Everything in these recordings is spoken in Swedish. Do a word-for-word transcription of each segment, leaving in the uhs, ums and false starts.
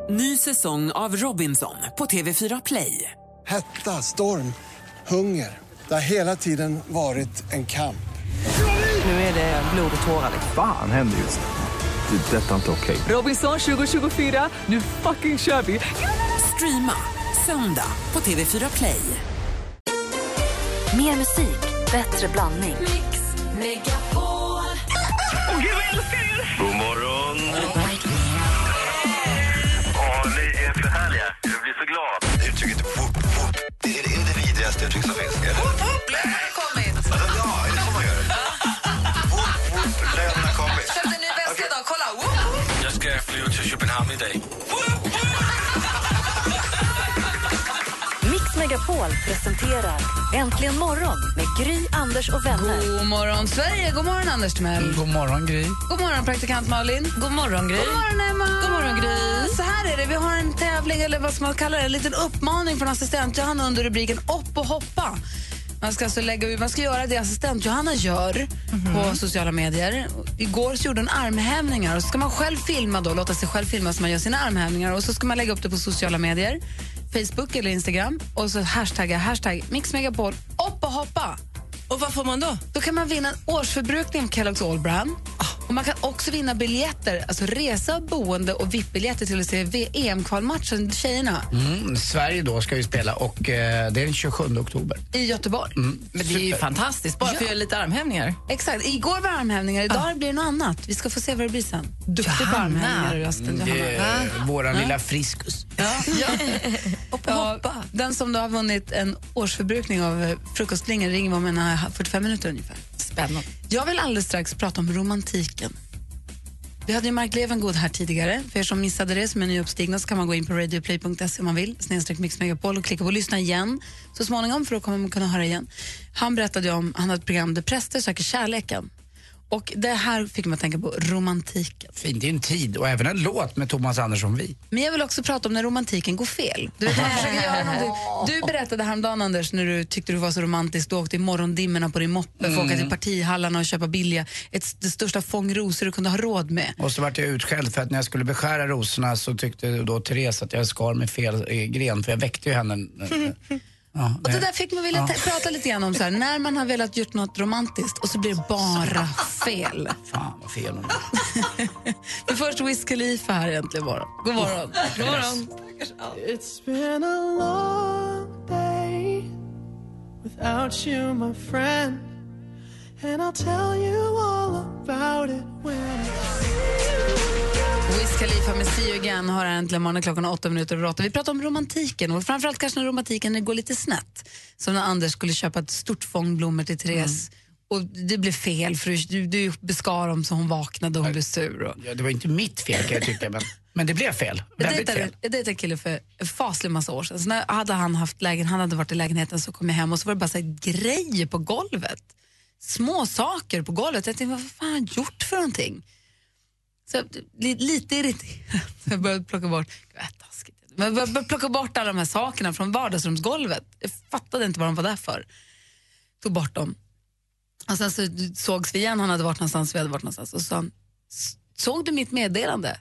Ny säsong av Robinson på T V fyra Play. Hetta, storm, hunger. Det har hela tiden varit en kamp. Nu är det blod och tårar. Fan händer just det. Det är detta inte okej. Robinson tjugo tjugofyra, nu fucking kör vi. Streama söndag på T V fyra Play. Mer musik, bättre blandning. Mix Megapol. Åh gud, jag älskar er! God morgon! Åh, ni är för härliga. Jag blir så glad. Uttrycket whoop, whoop, det är det vidrigaste uttryck som finns. Whoop, whoop, lönen har kommit. Ja, är det så man gör? Whoop, whoop, lönen har kommit. Köpte en ny väska idag, kolla. Whoop, whoop. Jag ska flyga till Köpenhamn idag. Mix Megapol presenterar Äntligen morgon med Gry, Anders och vänner. God morgon Sverige, god morgon Anders Timell. God morgon Gry. God morgon praktikant Malin. God morgon, Gry. God morgon Emma. God morgon, Gry. Så här är det, vi har en tävling eller vad ska man kalla det, en liten uppmaning från assistent Johanna under rubriken upp och hoppa. Man ska alltså lägga ut, man ska göra det assistent Johanna gör mm-hmm. på sociala medier. Igår så gjorde hon armhävningar och så ska man själv filma då, låta sig själv filma som man gör sina armhävningar och så ska man lägga upp det på sociala medier. Facebook eller Instagram och så hashtagga hashtag mixmegapol upp och hoppa. Och vad får man då? Då kan man vinna en årsförbrukning av Kellogg's All Brand. Och man kan också vinna biljetter, alltså resa, boende och V I P-biljetter till att se V M-kvalmatchen, tjejerna. Mm, Sverige då ska ju spela och eh, det är den tjugosjunde oktober. I Göteborg. Mm, Men det är ju fantastiskt, bara för att göra lite armhävningar. Exakt, igår var armhävningar, idag Ah. blir det något annat. Vi ska få se vad det blir sen. Duktig på armhävningar i rösten, Mm, det Johanna. är våran lilla friskus. Ja. Ja. Och på Ja, hoppa. den som då har vunnit en årsförbrukning av eh, frukostlinjen ringer om en eh, fyrtiofem minuter ungefär. Spännande. Jag vill alldeles strax prata om romantiken. Vi hade ju Mark Levengood här tidigare. För er som missade det, som är nyuppstigna, så kan man gå in på radioplay punkt se om man vill. Snedstreck Mix Megapol och klicka på lyssna igen. Så småningom, för då kommer man kunna höra igen. Han berättade ju om, han hade ett program där präster söker kärleken. Och det här fick man tänka på romantiken. Fint, det är en tid och även en låt med Thomas Andersson Vi. Men jag vill också prata om när romantiken går fel. Du, vet, man försöker göra någonting. Du berättade häromdagen, Anders, när du tyckte du var så romantisk. Du åkte i morgondimmorna på din moppe för att åka till partihallarna och köpa billiga, ett, det största fång rosor du kunde ha råd med. Och så vart jag utskälld för att när jag skulle beskära rosorna så tyckte då Therese att jag skar med fel eh, gren för jag väckte ju henne. Ja, och det där fick man vilja ja. ta- prata lite grann om så här, när man har velat gjort något romantiskt och så blir det bara fel. Fan vad fel hon är. Men först Wiz Khalifa här egentligen bara. God morgon. God morgon. It's been a long day without you, my friend, and I'll tell you all about it when Wiz Khalifa med See You Again har äntligen morgon klockan åtta minuter över åtta. Vi pratar om romantiken och framförallt kanske när romantiken går lite snett. Som när Anders skulle köpa ett stort fång blommor till Therese. Mm. Och det blev fel för du, du beskar dem så hon vaknade och hon blev sur. Och... Ja, det var inte mitt fel kan jag tycka, men, men det blev fel. Väldigt fel. Jag dejtade en kille för en faslig massa år sedan. Så när hade han, haft lägen, han hade varit i lägenheten så kom jag hem och så var det bara så här grejer på golvet. Små saker på golvet. Jag tänkte, vad fan har han gjort för någonting? Så lite irriterad. Jag började plocka bort, gud, taskigt. Jag började plocka bort alla de här sakerna från vardagsrumsgolvet. Jag fattade inte vad de var där för. Tog bort dem. Och sen så sågs vi igen, han hade varit någonstans, vi hade varit någonstans. Och så sa han, såg du mitt meddelande?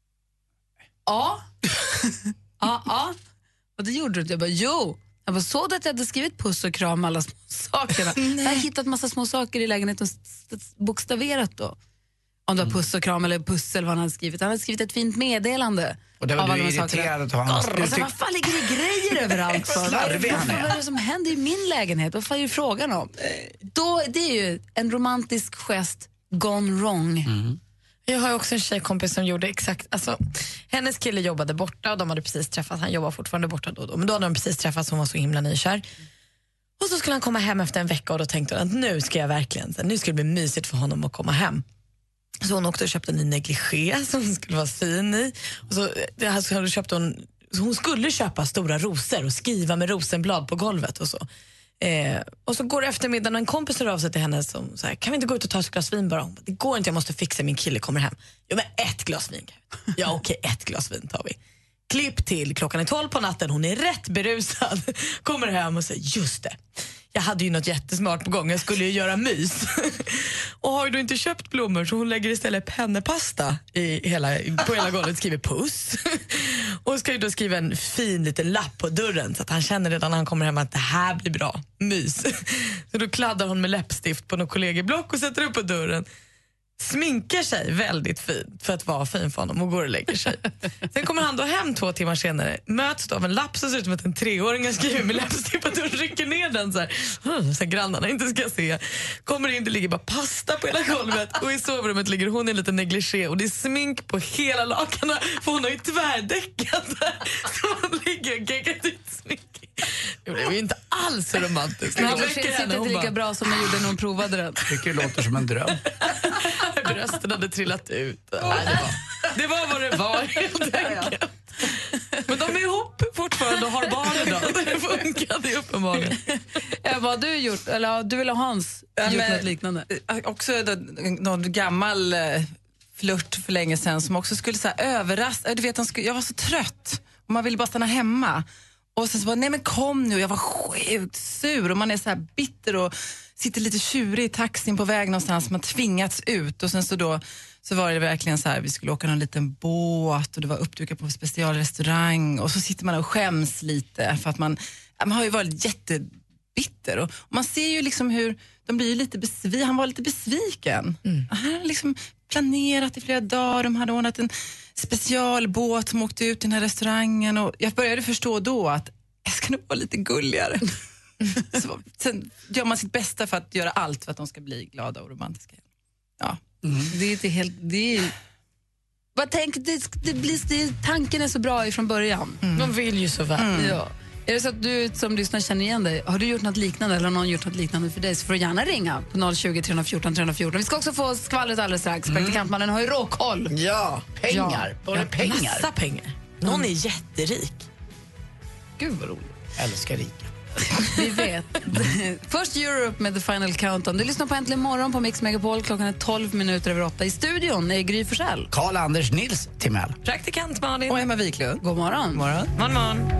Ja. Ja, ja. Och det gjorde du inte. Jag bara, jo. Jag bara, såg du att jag hade skrivit puss och kram alla små sakerna? Jag har hittat massa små saker i lägenheten, bokstaverat då. Om det var puss och kram eller pussel vad han hade skrivit. Han hade skrivit ett fint meddelande. Och det var du irriterad att ha hans... Och så, vad fan ligger det grejer överallt för? Slarvig han är. Vad är det som händer i min lägenhet? Vad fan är det frågan om? Då, det är ju en romantisk gest gone wrong. Mm. Jag har också en tjejkompis som gjorde exakt, alltså hennes kille jobbade borta och de hade precis träffat, han jobbar fortfarande borta då och då, men då hade de precis träffats, hon var så himla nykär. Och så skulle han komma hem efter en vecka och då tänkte hon att nu ska jag verkligen, nu ska det bli mysigt för honom att komma hem. Så hon åkte och köpte en ny negligé som hon skulle vara fin i. Och så, det här så köpte hon, så hon skulle köpa stora rosor och skriva med rosenblad på golvet och så. Eh, och så går det eftermiddagen och en kompis hör av sig till henne som så här, kan vi inte gå ut och ta ett glas vin bara? Hon bara, det går inte, jag måste fixa, min kille kommer hem. Ja, men ett glas vin. Ja, okej, ett glas vin tar vi. Klipp till klockan är tolv på natten, hon är rätt berusad. Kommer hem och säger, just det, jag hade ju något jättesmart på gång, jag skulle ju göra mys. Och har ju då inte köpt blommor så hon lägger istället pennepasta i hela, på hela golvet, skriver puss. då skriva en fin liten lapp på dörren så att han känner redan när han kommer hem att det här blir bra, mys. Så då kladdar hon med läppstift på någon kollegieblock och sätter upp på dörren. Sminkar sig väldigt fint för att vara fin för honom och går och lägger sig. Sen kommer han då hem två timmar senare, möts då av en lapp som ser ut som att en treåring har skrivit med läppstift att hon rycker ner den så här, så här grannarna inte ska se. Kommer in, det ligger bara pasta på hela golvet och i sovrummet ligger hon i en liten negligé och det är smink på hela lakarna för hon har ju tvärdäckat så hon ligger och geggat ut smink. Jo, det var ju inte alls så romantiskt. Det sitter inte lika bara... bra som man gjorde när hon provade den. Jag tycker det låter som en dröm. Brösten hade trillat ut. Nej, det, var, det var vad det var helt enkelt. Men de är ihop fortfarande och har barn idag. Det funkade ju uppenbarligen. Ja, vad har du gjort? Eller har du eller Hans gjort men, något liknande? Också då, någon gammal eh, flört för länge sedan som också skulle så här, överraska. Du vet, han skulle, jag var så trött och man ville bara stanna hemma. Och sen så bara, nej men kom nu, jag var sjukt sur och man är så här bitter och sitter lite tjurig i taxin på väg någonstans, man tvingats ut och sen så då så var det verkligen så här, vi skulle åka någon liten båt och det var uppdukat på en specialrestaurang och så sitter man och skäms lite för att man, man har ju varit jättebitter och, och man ser ju liksom hur de blir ju lite besviken, han var lite besviken. Mm. Han hade liksom planerat i flera dagar, de hade ordnat en specialbåt som åkte ut till den här restaurangen och jag började förstå då att jag ska nog vara lite gulligare. Så, sen gör man sitt bästa för att göra allt för att de ska bli glada och romantiska. Ja. Mm. Det är inte helt... Det är... Vad tänk, det, det blir, det, tanken är så bra ifrån början. Mm. De vill ju så väl. Mm. Ja. Är det så att du som lyssnar känner igen dig? Har du gjort något liknande eller har någon gjort något liknande för dig? Så får du gärna ringa på noll tjugo, tre fjorton, tre fjorton. Vi ska också få skvallret alldeles strax. Mm. Praktikantmannen har ju råkoll. Ja, pengar. Ja. Bara ja, pengar. Massa pengar. Någon mm. är jätterik. Gud vad roligt. Älskar rika. Vi vet. Först Europe med The Final Countdown. Du lyssnar på Äntligen morgon på Mix Megapol. Klockan är tolv minuter över åtta. I studion är Gry Forssell, Karl Anders Nils Timell, praktikant Malin och Emma Wiklund. God morgon. Morgon. Morgon, morgon.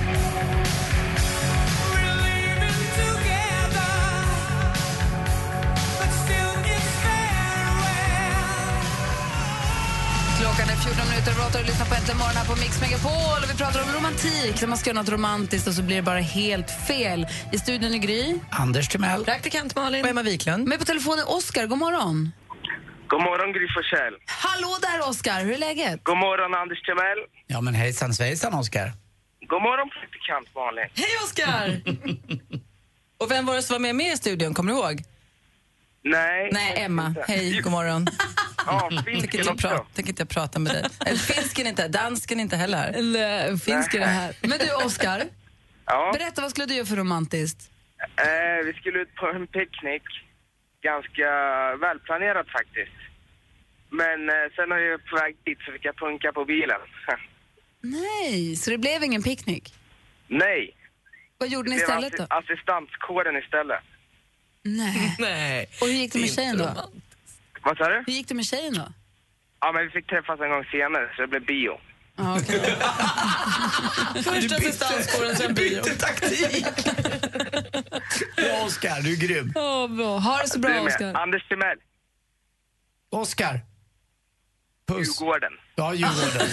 Klockan är fjorton minuter över åtta och lyssnar på Äntligen morgon här på Mix Megapol. Och vi pratar om romantik. Så man ska göra något romantiskt och så blir det bara helt fel. I studion är Gry, Anders Timell, praktikant Malin och Emma Wiklund. Med på telefonen Oskar. God morgon. God morgon, Gry Forssell. Hallå där, Oskar. Hur är läget? God morgon, Anders Timell. Ja, men hejsan svejsan, Oskar. God morgon, praktikant Malin. Hej, Oskar. Och vem var det som var med, med i studion? Kommer du ihåg? Nej. Nej, Emma. Inte. Hej, god morgon. Ja, finsken också. Tänker tänk inte jag prata med dig. Eller finsken inte, dansken inte heller. Eller finsken är här. Men du, Oskar. Ja. Berätta, vad skulle du göra för romantiskt? Eh, vi skulle ut på en picknick. Ganska välplanerat faktiskt. Men eh, sen har jag på väg dit så fick jag punka på bilen. Nej, så det blev ingen picknick? Nej. Vad gjorde ni istället då? Assistanskåren istället. Nej. Nej. Och hur gick det med tjejen då? Vad sa du? Hur gick det med tjejen då? Ja, men vi fick träffas en gång senare så det blev bio. Ah, okay. Första assistanskåren, sen bio. Bytte taktik. Bra, Oskar, du är grym. Oh, bra. Ha det så bra, Oskar. Anders Timell. Oskar. Puss. Djurgården. Ja, Djurgården.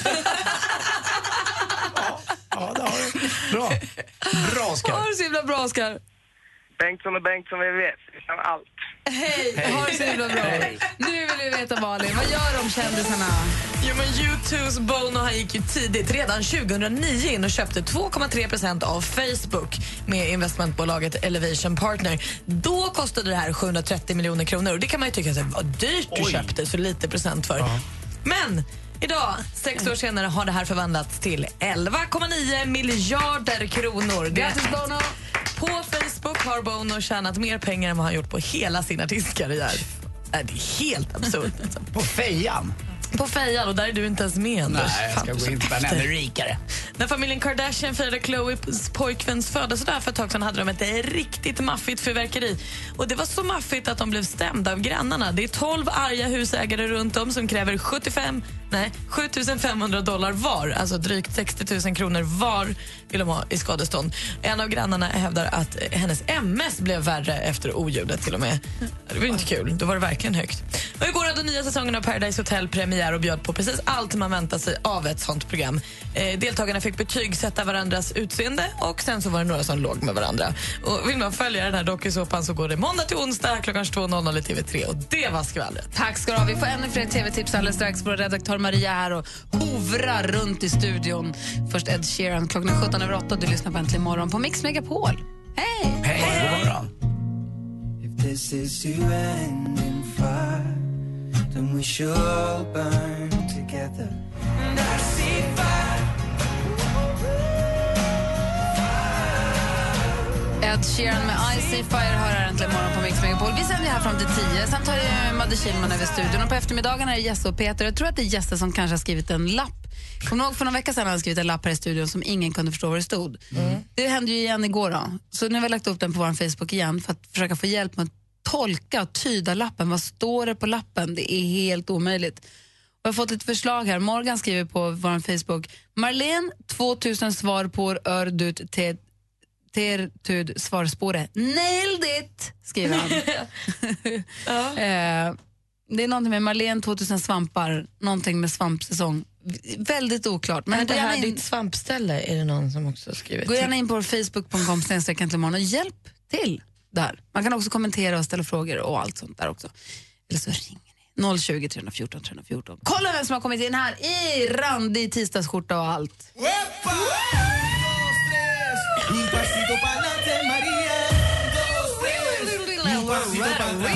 ja, ja, det har du. Bra. Bra, Oskar. Ha det så himla bra, Oskar. Bengtsson och Bengtsson, vi vet. Vi kan allt. Hej, Hej. Ha det så himla bra. Hej. Nu vill vi veta, Malin, vad gör de kändisarna? Jo, men U two's Bono, han gick ju tidigt, redan tjugohundranio in och köpte två komma tre procent av Facebook med investmentbolaget Elevation Partner. Då kostade det här sjuhundratrettio miljoner kronor och det kan man ju tycka så var dyrt du Oj. köpte så lite procent för. Uh-huh. Men idag, sex år senare, har det här förvandlats till elva komma nio miljarder kronor. Grattis, Bono! På Facebook har Bono tjänat mer pengar än vad han gjort på hela sin artistkarriär. Det är helt absurt. Alltså. På fejan? På fejan, och där är du inte ens med, Anders. Nej, jag ska gå in på en ännu rikare. När familjen Kardashian firade Khloes pojkväns födelsedag för ett tag sedan hade de ett riktigt maffigt fyrverkeri. Och det var så maffigt att de blev stämda av grannarna. Det är tolv arga husägare runt om som kräver sjuttiofem Nej, sju tusen femhundra dollar var, alltså drygt sextio tusen kronor var vill de ha i skadestånd. En av grannarna hävdar att hennes M S blev värre efter oljudet till och med. Det var inte kul, då var det verkligen högt. Och igår hade nya säsongen av Paradise Hotel premiär och bjöd på precis allt man väntar sig av ett sånt program. Eh, deltagarna fick betygsätta varandras utseende och sen så var det några som låg med varandra. Och vill man följa den här dokusåpan så går det måndag till onsdag klockan tjugotvå noll noll i T V tre och det var skvallret. Tack ska du ha. Vi får ännu fler tv-tips alldeles strax. Vår redaktör Maria här och hovrar runt i studion. Först Ed Sheeran, klockan sjutton över åtta. Du lyssnar på Äntligen morgon på Mix Megapol. Hej! Hej, god morgon. If this is you and in fire, then we should all burn together. And I see fire. Ed Sheeran med I See Fire hör här äntligen morgon på Mix Megapol. Vi sänder här fram till tio. Sen tar det Madde Kihlman över studion. Och på eftermiddagen är det Jesse och Peter. Jag tror att det är Jesse som kanske har skrivit en lapp. Kommer ihåg för några veckor sedan han skrivit en lapp här i studion som ingen kunde förstå vad det stod. Mm. Det hände ju igen igår då. Så nu har vi lagt upp den på vår Facebook igen för att försöka få hjälp med att tolka och tyda lappen. Vad står det på lappen? Det är helt omöjligt. Jag har fått ett förslag här. Morgan skriver på vår Facebook. Marlene, tvåtusen svar på ördut till Ter tud svarspåret. Nailed it, skriver han. ja. eh, det är någonting med Marlene, tvåtusen svampar, någonting med svampsäsong. Väldigt oklart. Men är det här in... ditt svampställe? Är det någon som också skrivit? Gå gärna in på facebook punkt com snedstreck äntligen morgon och hjälp till där. Man kan också kommentera och ställa frågor och allt sånt där också. Eller så ringer ni. noll tjugo, tre fjorton, tre fjorton. Kolla vem som har kommit in här i randig tisdagsskjorta och allt. Wepa! Un pasito pa'lante, Maria. Dos, tres. Un pasito pa'lante.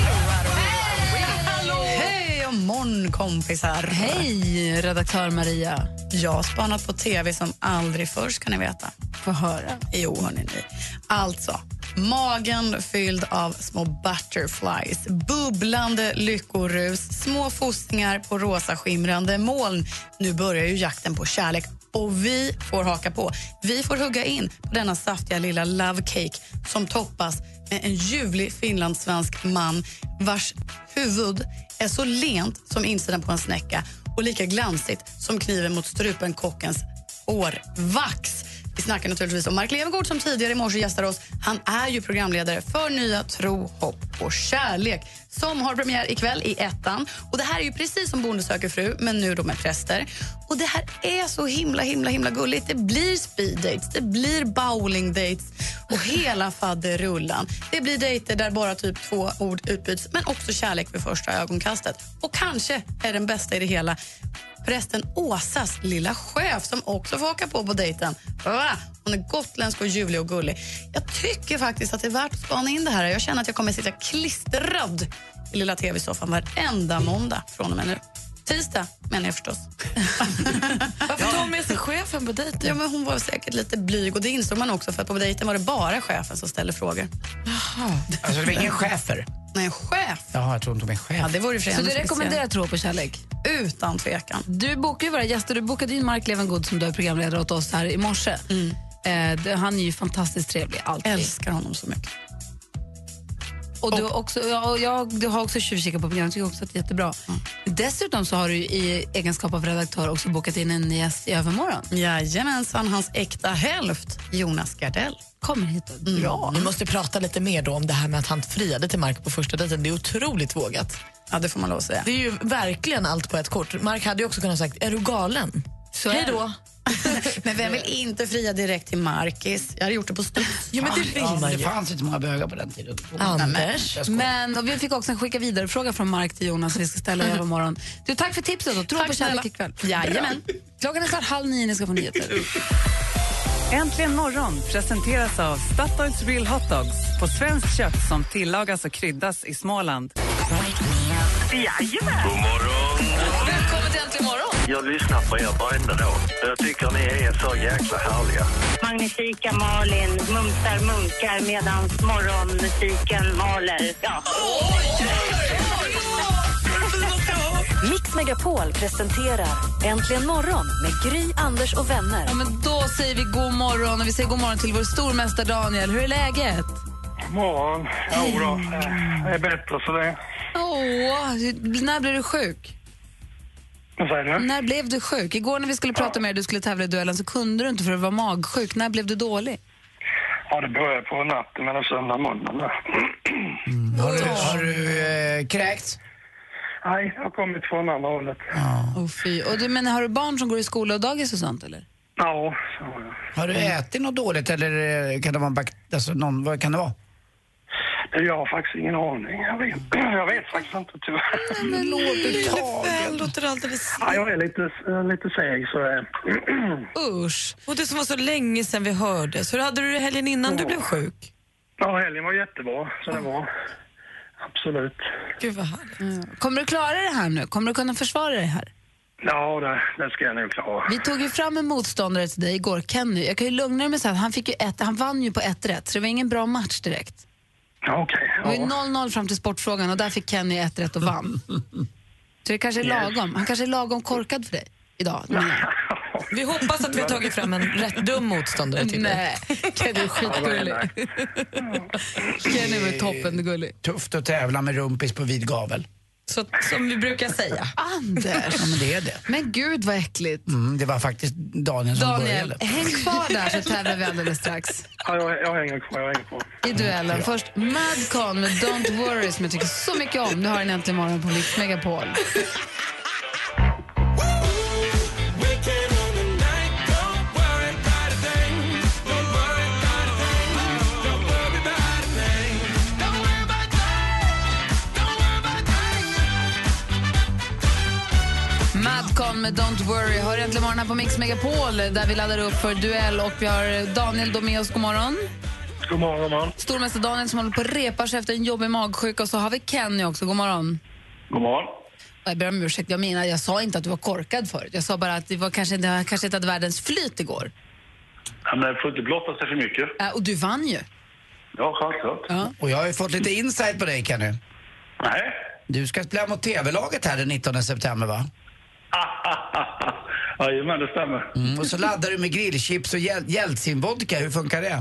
Hej och morgon, kompisar. Hej, redaktör Maria. Jag har spanat på tv som aldrig först, kan ni veta. Få höra. Jo, hörni ni. Alltså, magen fylld av små butterflies, bubblande lyckorus, små fostningar på rosa skimrande moln. Nu börjar ju jakten på kärlek. Och vi får haka på. Vi får hugga in på denna saftiga lilla love cake som toppas med en ljuvlig finlandssvensk man vars huvud är så lent som insidan på en snäcka och lika glansigt som kniven mot strupen kockens hårvax. Vi snackar naturligtvis om Mark Levengood som tidigare i morse gästar oss. Han är ju programledare för Nya Tro, Hopp och Kärlek som har premiär ikväll i ettan. Och det här är ju precis som Bonde söker fru, men nu då med präster. Och det här är så himla, himla, himla gulligt. Det blir speed dates, det blir bowling dates och hela faderullan. Det blir dejter där bara typ två ord utbyts, men också kärlek vid första ögonkastet. Och kanske är den bästa i det hela prästen Åsas lilla chef som också får åka på på dejten. Hon är gotländsk och ljuvlig och gullig. Jag tycker faktiskt att det är värt att spana in det här. Jag känner att jag kommer att sitta klistrad i lilla tv-soffan varenda måndag från och med nu. Tisdag, menar jag förstås. Varför tar hon med sig chefen på dejten? Ja, men hon var säkert lite blyg och det insåg man också för att på dejten var det bara chefen som ställde frågor. Jaha. Alltså det var ingen chefer? Nej, chef. Jaha, jag tror inte de är chef. Ja, det vore Så du rekommenderar Tro på kärlek? Utan tvekan. Du bokar ju våra gäster. Du bokade in Mark Levengood som du är programledare åt oss här i morse. Mm. Eh, det, han är ju fantastiskt trevlig. Alltid. Älskar honom så mycket. Och du, har också, jag, jag, du har också tjuvkikat på programmet. Jag tycker också att det är jättebra. Mm. Dessutom så har du i egenskap av redaktör också bokat in en gäst i övermorgon. Jajamensan, hans äkta hälft, Jonas Gardell. Kommer hit och bra. Mm. Vi måste prata lite mer då om det här med att han friade till Mark på första dejten. Det är otroligt vågat. Ja, det får man lov att säga. Det är ju verkligen allt på ett kort. Mark hade ju också kunnat sagt, är du galen? Så hej då. Men vem vill inte fria direkt till Markis? Jag hade gjort det på studs. Ja, men det vill ja, man ju. Det fanns inte många bögar på den tiden. Anders. Men och vi fick också en skicka vidare fråga från Mark till Jonas som vi ska ställa över morgon. Du, tack för tipset och tro tack på kärlek ikväll. Jajamän. Klockan är snart halv nio, ni ska få nyheter. Äntligen morgon presenteras av Statoils Real Hot Dogs på svenskt kött som tillagas och kryddas i Småland. Jajamän. God morgon. Välkommen till Äntligen morgon. Jag lyssnar på er varenda dag. Jag tycker ni är så jäkla härliga. Magnifika Malin mumsar munkar medan morgonmusiken maler. Ja. Mix Megapol presenterar Äntligen morgon med Gry, Anders och vänner. Ja, men då säger vi god morgon och vi säger god morgon till vår stormästare Daniel. Hur är läget? God morgon. Jo då, det är bättre för det. Åh, när blir du sjuk? Vad säger du? När blev du sjuk? Igår när vi skulle prata med dig, du skulle tävla i duellen, så kunde du inte för att du var magsjuk. När blev du dålig? Ja, det började på natten mellan söndag och måndag. Mm. Har du, har du eh, kräkt? Nej, jag har kommit från andra hållet. Ja. Oh, fy. Och du, men har du barn som går i skola och dagis och sånt, eller? Ja, så har jag. Har du ätit något dåligt eller kan det vara bak- alltså, någon, vad kan det vara? Jag har faktiskt ingen aning. Jag vet, jag vet faktiskt inte tyvärr. Men låter låter alldeles... Ja, jag är lite, lite seg så är... Usch. Och det som var så länge sedan vi hörde. Så hade du det helgen innan ja. du blev sjuk? Ja, helgen var jättebra. Så det var... Absolut. Gud vad härligt. Mm. Kommer du klara det här nu? Kommer du kunna försvara det här? Ja, det, det ska jag nog klara. Vi tog ju fram en motståndare till dig igår, Kenny. Jag kan ju lugna dig med så att han fick ju ett, han vann ju på ett rätt. Så det var ingen bra match direkt. Ja, okej. Okay, ja. Det var ju noll noll fram till sportfrågan och där fick Kenny ett rätt och vann. Så det kanske är lagom. Han kanske är lagom korkad för dig idag. Vi hoppas att vi har tagit fram en rätt dum motståndare till dig. Nej, Kenny är skitgullig. Kenny var toppen gullig. Tufft att tävla med rumpis på vid gavel. Så, som vi brukar säga. Anders! Ja, men det är det. Men gud vad äckligt. Mm, det var faktiskt Daniel som Daniel, började. häng kvar där så tävlar vi alldeles strax. Ja, jag, jag hänger kvar, jag hänger kvar. I duellen. Först Madcon med Don't Worry som jag tycker så mycket om. Du har en äntligen morgon på Mix Megapol. Madcon med Don't Worry har äntligen morgon här på Mix Megapol där vi laddar upp för duell och vi har Daniel då med oss. God morgon. God morgon, god morgon. Stormästare Daniel som håller på att repa sig efter en jobbig magsjuka och så har vi Kenny också. God morgon. God morgon. Jag ber om ursäkt, jag menar, jag sa inte att du var korkad förut. Jag sa bara att det var kanske, det kanske inte hade världens flyt igår. Ja, men jag får inte blotta sig för mycket. Äh, och du vann ju. Ja, självklart. Ja. Och jag har ju fått lite insight på dig, Kenny. Nej. Du ska spela mot T V-laget här den nittonde september, va? Ja, men det stämmer. Mm, och så laddar du med grillchips och jäl- Jeltsin-vodka. Hur funkar det?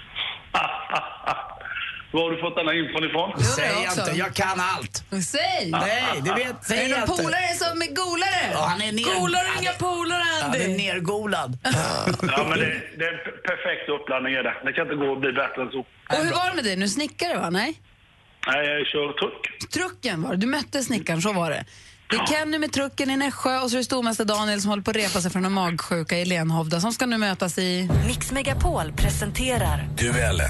Var har du fått denna infon ifrån? Säg inte, jag kan allt. Säg! Nej, det vet, säg är det inte. någon polare som är golare? Ja, han är ner... Golare, inga polare, Andy. Han är nergolad. Ja, men det, det är en perfekt uppladdning är det. Det kan inte gå att bli bättre än så. Och hur var det med dig? Nu snickare, va? Nej? Nej, jag kör truck. Trucken var det. Du mötte snickaren, så var det. Det är Kenny med trucken i Nässjö och så är det stormästare Daniel som håller på att repa sig från en magsjuka i Lenhovda som ska nu mötas i... Mix Megapol presenterar Duellen.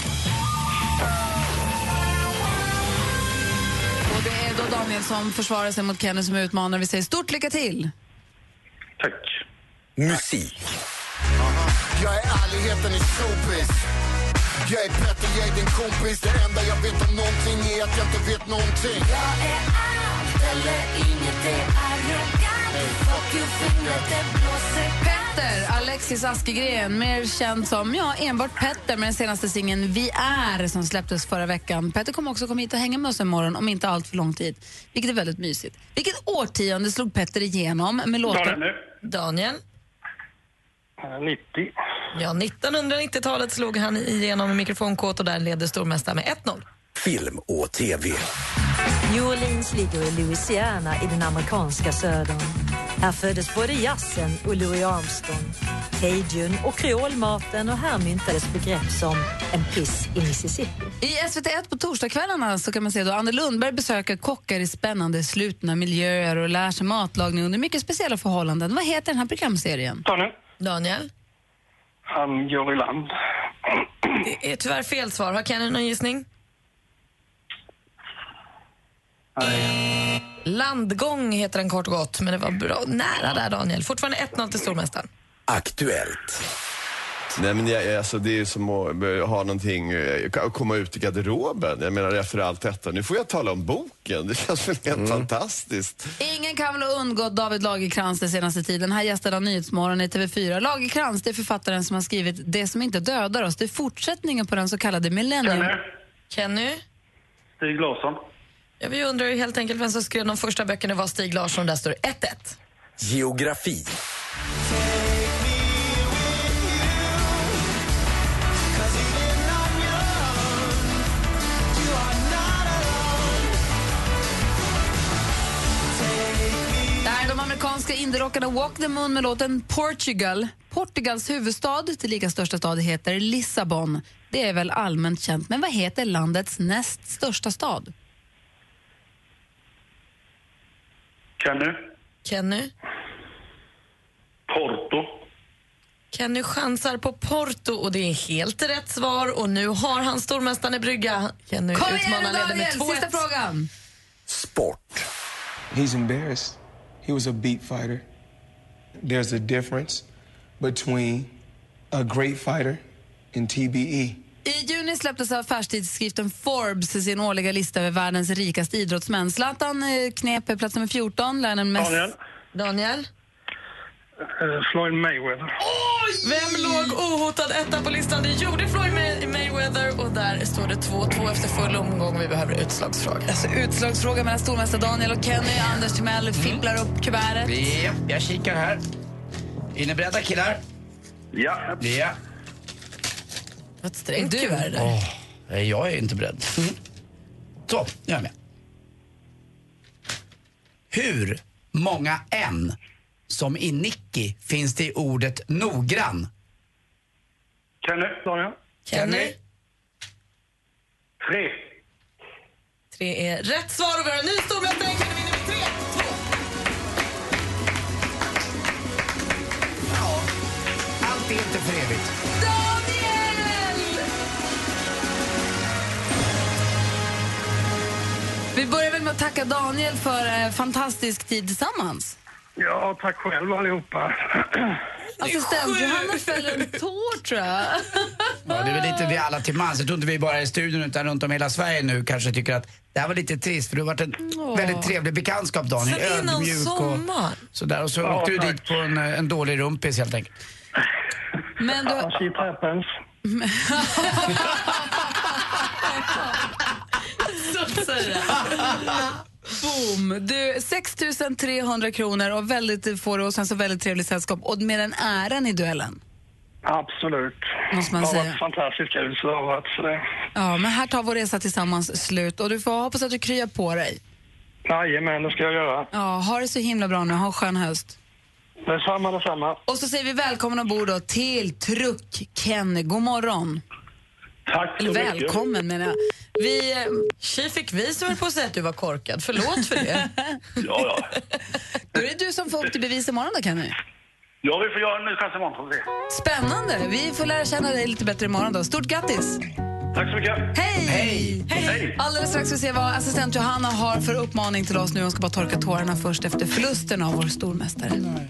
Och det är då Daniel som försvarar sig mot Kenny som utmanar. Vi säger stort lycka till. Tack. Musik. Jag är ärligheten i showbiz. Jag är Petter, jag är din kompis. Det enda jag vet om någonting är att jag inte vet någonting. Jag är allt eller inget, det är arrogant. Fuck you, fingret, det blåser. Petter, Alexis Askegren, mer känd som ja, enbart Petter med den senaste singeln Vi är som släpptes förra veckan. Petter kommer också komma hit och hänga med oss en morgon om inte allt för lång tid, vilket är väldigt mysigt. Vilket årtionde slog Petter igenom med låten? Daniel? nittio. Ja, nittonhundranittiotalet slog han igenom en mikrofonkåt och där leder stormästaren med ett noll. Film och tv. New Orleans ligger i Louisiana i den amerikanska södern. Här föddes både jazzen och Louis Armstrong, cajun och kreolmaten och här myntades begrepp som en piss i Mississippi. I S V T ett på torsdagskvällarna så kan man se då Anne Lundberg besöker kockar i spännande slutna miljöer och lär sig matlagning under mycket speciella förhållanden. Vad heter den här programserien? Daniel. Daniel? Han går i land. Det är tyvärr fel svar. Har Kenny någon gissning? Nej. Landgång heter den kort och gott, men det var bra nära där, Daniel. Fortfarande ett noll till stormästaren. Aktuellt. Nej, men jag, alltså, det är som att ha någonting, att komma ut i garderoben. Jag menar, efter allt detta. Nu får jag tala om boken. Det känns väl helt mm. fantastiskt. Ingen kan väl ha undgått David Lagercrantz den senaste tiden. Här gästade han Nyhetsmorgon i T V fyra. Lagercrantz, det är författaren som har skrivit Det som inte dödar oss. Det är fortsättningen på den så kallade Millennium. Kenny. Kenny? Stig Larsson. Ja, vi undrar ju helt enkelt vem som skrev de första böckerna. Var Stig Larsson, där står det ett ett. Geografi. rockarna Walk the Moon med låten Portugal. Portugals huvudstad, till lika största stad, heter Lissabon. Det är väl allmänt känt. Men vad heter landets näst största stad? Kenny. Kenny? Porto. Kenny chansar på Porto och det är helt rätt svar. Och nu har han stormästaren i brygga. Kenny Kom igen, utmanar leder med två ett. Sista frågan. Sport. He's embarrassed. He was a beat fighter. There's a difference between a great fighter and T B E. I juni släpptes affärstidskriften Forbes sin årliga lista över världens rikaste idrottsmän. Zlatan knep plats nummer fjorton. Mest... Daniel. Daniel? Uh, Floyd Mayweather. Oj! Vem låg ohotad etta på listan? Det gjorde Floyd May- Mayweather och där står det två två efter full omgång. Vi behöver utslagsfråga. Alltså utslagsfråga mellan stormästare Daniel och Kenny. Anders Timell fipplar upp kuvertet. Ja, jag kikar här. Är ni beredda, killar? Ja. Ja. Vad strängt du är det. Oh, nej, jag är inte beredd. Mm. Så, jag är med. Hur många en som i Nicky finns det i ordet noggrann? Kenny. Daniel. Kenny? Tre. Tre är rätt svar och vi har en ny stormästare. Kenny vinner med tre två. Ja, allt är inte för evigt. Vi börjar väl med att tacka Daniel för eh, fantastisk tid tillsammans. Ja, tack själv allihopa. Assistent Johanna fäller en tår, tror jag. Ja, det är väl lite vi alla till mans. Jag tror inte vi bara i studion utan runt om hela Sverige nu kanske tycker att det här var lite trist för du har varit en Åh. väldigt trevlig bekantskap, Daniel. Sen innan Ödmjuk och sommar. sådär. Och så Ja, åkte du tack. dit på en, en dålig rumpis helt enkelt. Men du... Ja, shit happens. Så säger jag. Boom! Du, sex tusen trehundra kronor och väldigt får du och sen så väldigt trevligt sällskap och med den äran i duellen. Absolut. Måste man det har säga. varit fantastiskt kul, så det har varit så det. Ja, men här tar vår resa tillsammans slut och du får hoppas att du kryar på dig. Jajamän, det ska jag göra. Ja, ha det så himla bra nu. Ha en skön höst. Detsamma, detsamma. Och så säger vi välkommen ombord då till Truck Kenny. God morgon. Tack så Eller mycket. välkommen menar jag. Vi... Tjej fick vi så väl på att säga att du var korkad. Förlåt för det. Ja, ja. Då är det du som får upp till bevis imorgon då, Kenny. Ja, vi får göra en ny chans imorgon, får vi se. Spännande. Vi får lära känna dig lite bättre imorgon då. Stort grattis. Tack så mycket. Hej! Hej! Hej! Alldeles strax ska vi se vad assistent Johanna har för uppmaning till oss nu. Hon ska bara torka tårarna först efter förlusten av vår stormästare.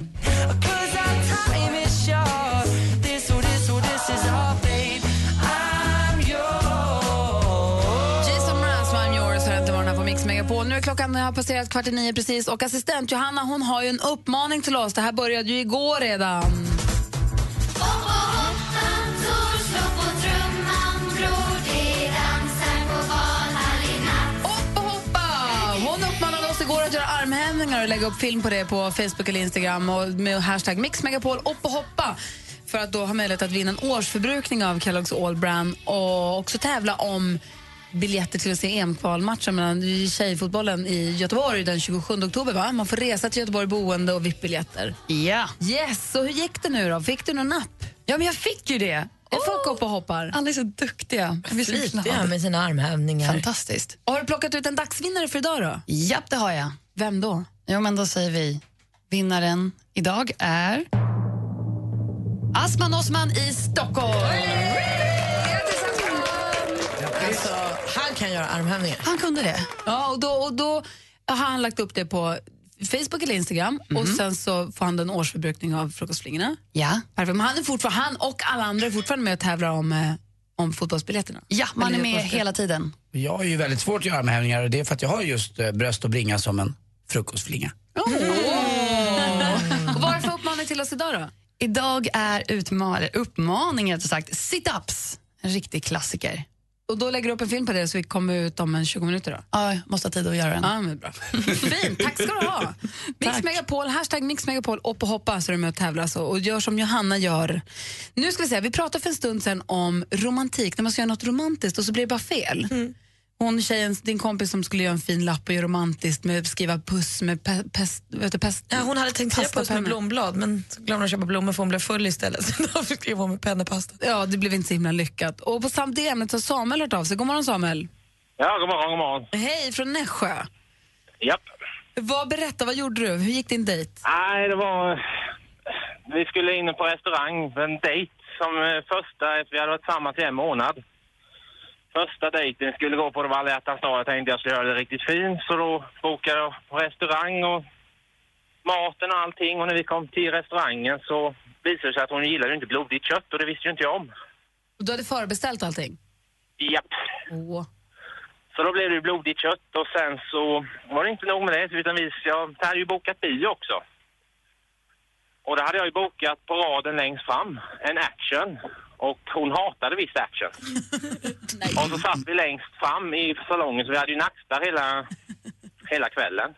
Jason Mraz, I'm yours, har inte varit här på Mix Megapol. Nu är klockan har passerat kvart i nio precis och assistent Johanna, hon har ju en uppmaning till oss. Det här började ju igår redan. Hon uppmanade oss igår att göra armhävningar och lägga upp film på det på Facebook eller Instagram och med hashtag Mixmegapol upp och hoppa för att då ha möjlighet att vinna en årsförbrukning av Kellogg's All Brand och också tävla om biljetter till att se E M-kvalmatchen mellan tjejfotbollen i Göteborg den tjugosjunde oktober. Va? Man får resa till Göteborg boende och V I P-biljetter. Ja. Yes, så hur gick det nu då? Fick du någon napp? Ja, men jag fick ju det. Är folk upp och hoppar? Alla är så duktiga. Jag blir så Flitiga glad. med sina armhävningar. Fantastiskt. Och har du plockat ut en dagsvinnare för idag då? Japp, det har jag. Vem då? Ja, men då säger vi vinnaren idag är Asman Osman i Stockholm. Alltså, han kan göra armhävningar. Han kunde det. Ja, och då, och då har han lagt upp det på Facebook eller Instagram Mhm. och sen så får han en årsförbrukning av frukostflingorna. Ja. Perfekt. Men han, är fortfarande, han och alla andra är fortfarande med och tävlar om, eh, om fotbollsbiljetterna. Ja, man Eller är med första. hela tiden. Jag är ju väldigt svårt att göra armhävningar och det är för att jag har just eh, bröst och bringa som en frukostflinga. Oh. Och vad är det för uppmaning till oss idag då? Idag är utma- uppmaningen rättare sagt sit-ups. En riktig klassiker. Och då lägger du upp en film på det så vi kommer ut om en tjugo minuter då? Ja, jag måste ha tid att göra den. Ja, men bra. Fint, tack ska du ha. Mix Megapol, hashtag Mix Megapol, upp och hoppa så är du med och tävlar så. Och gör som Johanna gör. Nu ska vi säga, vi pratade för en stund sedan om romantik, när man ska göra något romantiskt och så blir det bara fel. Mm. Hon tjejen, din kompis som skulle göra en fin lapp och göra romantiskt med skriva puss med pe- pest, vet du, pest. Ja, hon hade tänkt skriva puss med blomblad, men så glömde hon köpa blommor för hon blev full istället. Så då skrev hon med pennepasta. Ja, det blev inte så himla lyckat. Och på samt det ämnet så har Samuel hört av sig. God morgon, Samuel. Ja, god morgon, god morgon. Hej, från Nässjö. Japp. Vad, berätta, vad gjorde du? Hur gick din dejt? Nej, det var... Vi skulle in på restaurang, en dejt som första, vi hade varit tillsammans i en månad. Första dejten skulle gå på det var alla hjärtans dag. Jag tänkte jag skulle göra det riktigt fint, så då bokade jag på restaurang och maten och allting. Och när vi kom till restaurangen så visade det sig att hon gillade inte blodigt kött, och det visste ju inte jag om. Och du hade förbeställt allting? Japp. Åh. Så då blev det blodigt kött, och sen så var det inte nog med det, utan vi, jag hade ju bokat bio också. Och det hade jag ju bokat på raden längst fram, en action. Och hon hatade viss action. Och så satt vi längst fram i salongen, så vi hade ju nackstar hela, hela kvällen.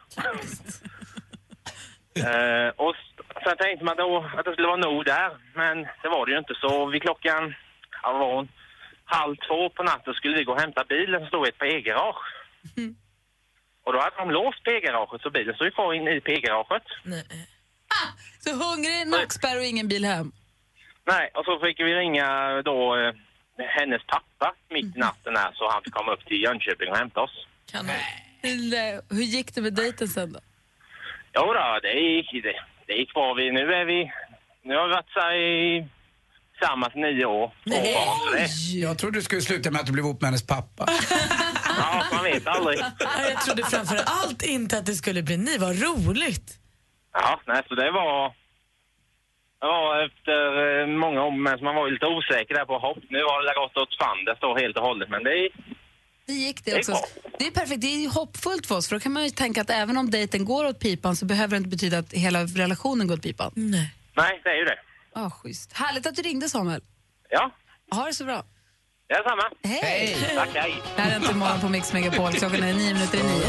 uh, och sen tänkte man då att det skulle vara nog där, men det var det ju inte. Så vid klockan, ja, var hon, halv två på natten skulle vi gå och hämta bilen som stod i ett P G-garage. Mm. Och då hade de låst P G-garaget, så bilen stod ju kvar in i P G-garaget. Nej. Ah, så hungrig, nackspärr och ingen bil hem? Nej, och så fick vi ringa då eh, hennes pappa mitt i natten här, så han fick komma upp till Jönköping och hämta oss. Kan hur, hur gick det med dejten sen då? Jo då, det gick, det, det gick bra. Vi, nu är vi, nu har vi varit så i samma nio år. Nej. Barn, jag trodde du skulle sluta med att du blev ihop med hennes pappa. Ja, man vet aldrig. Jag trodde framför allt inte att det skulle bli ni, vad roligt. Ja, nej, så det var... Ja, efter många om, men man var ju lite osäker där på hopp. Nu har det gått åt fan, det står helt och hållet, men det är... Det gick det också. Det är perfekt, det är hoppfullt för oss, för då kan man ju tänka att även om dejten går åt pipan så behöver det inte betyda att hela relationen går åt pipan. Nej. Nej, det är ju det. Ja, ah, schysst. Härligt att du ringde, Samuel. Ja. Ha det så bra. Det är samma. Hej. Hej. Tack, hej. Här är inte morgon på Mix Megapol. Klockan är nio minuter i nio.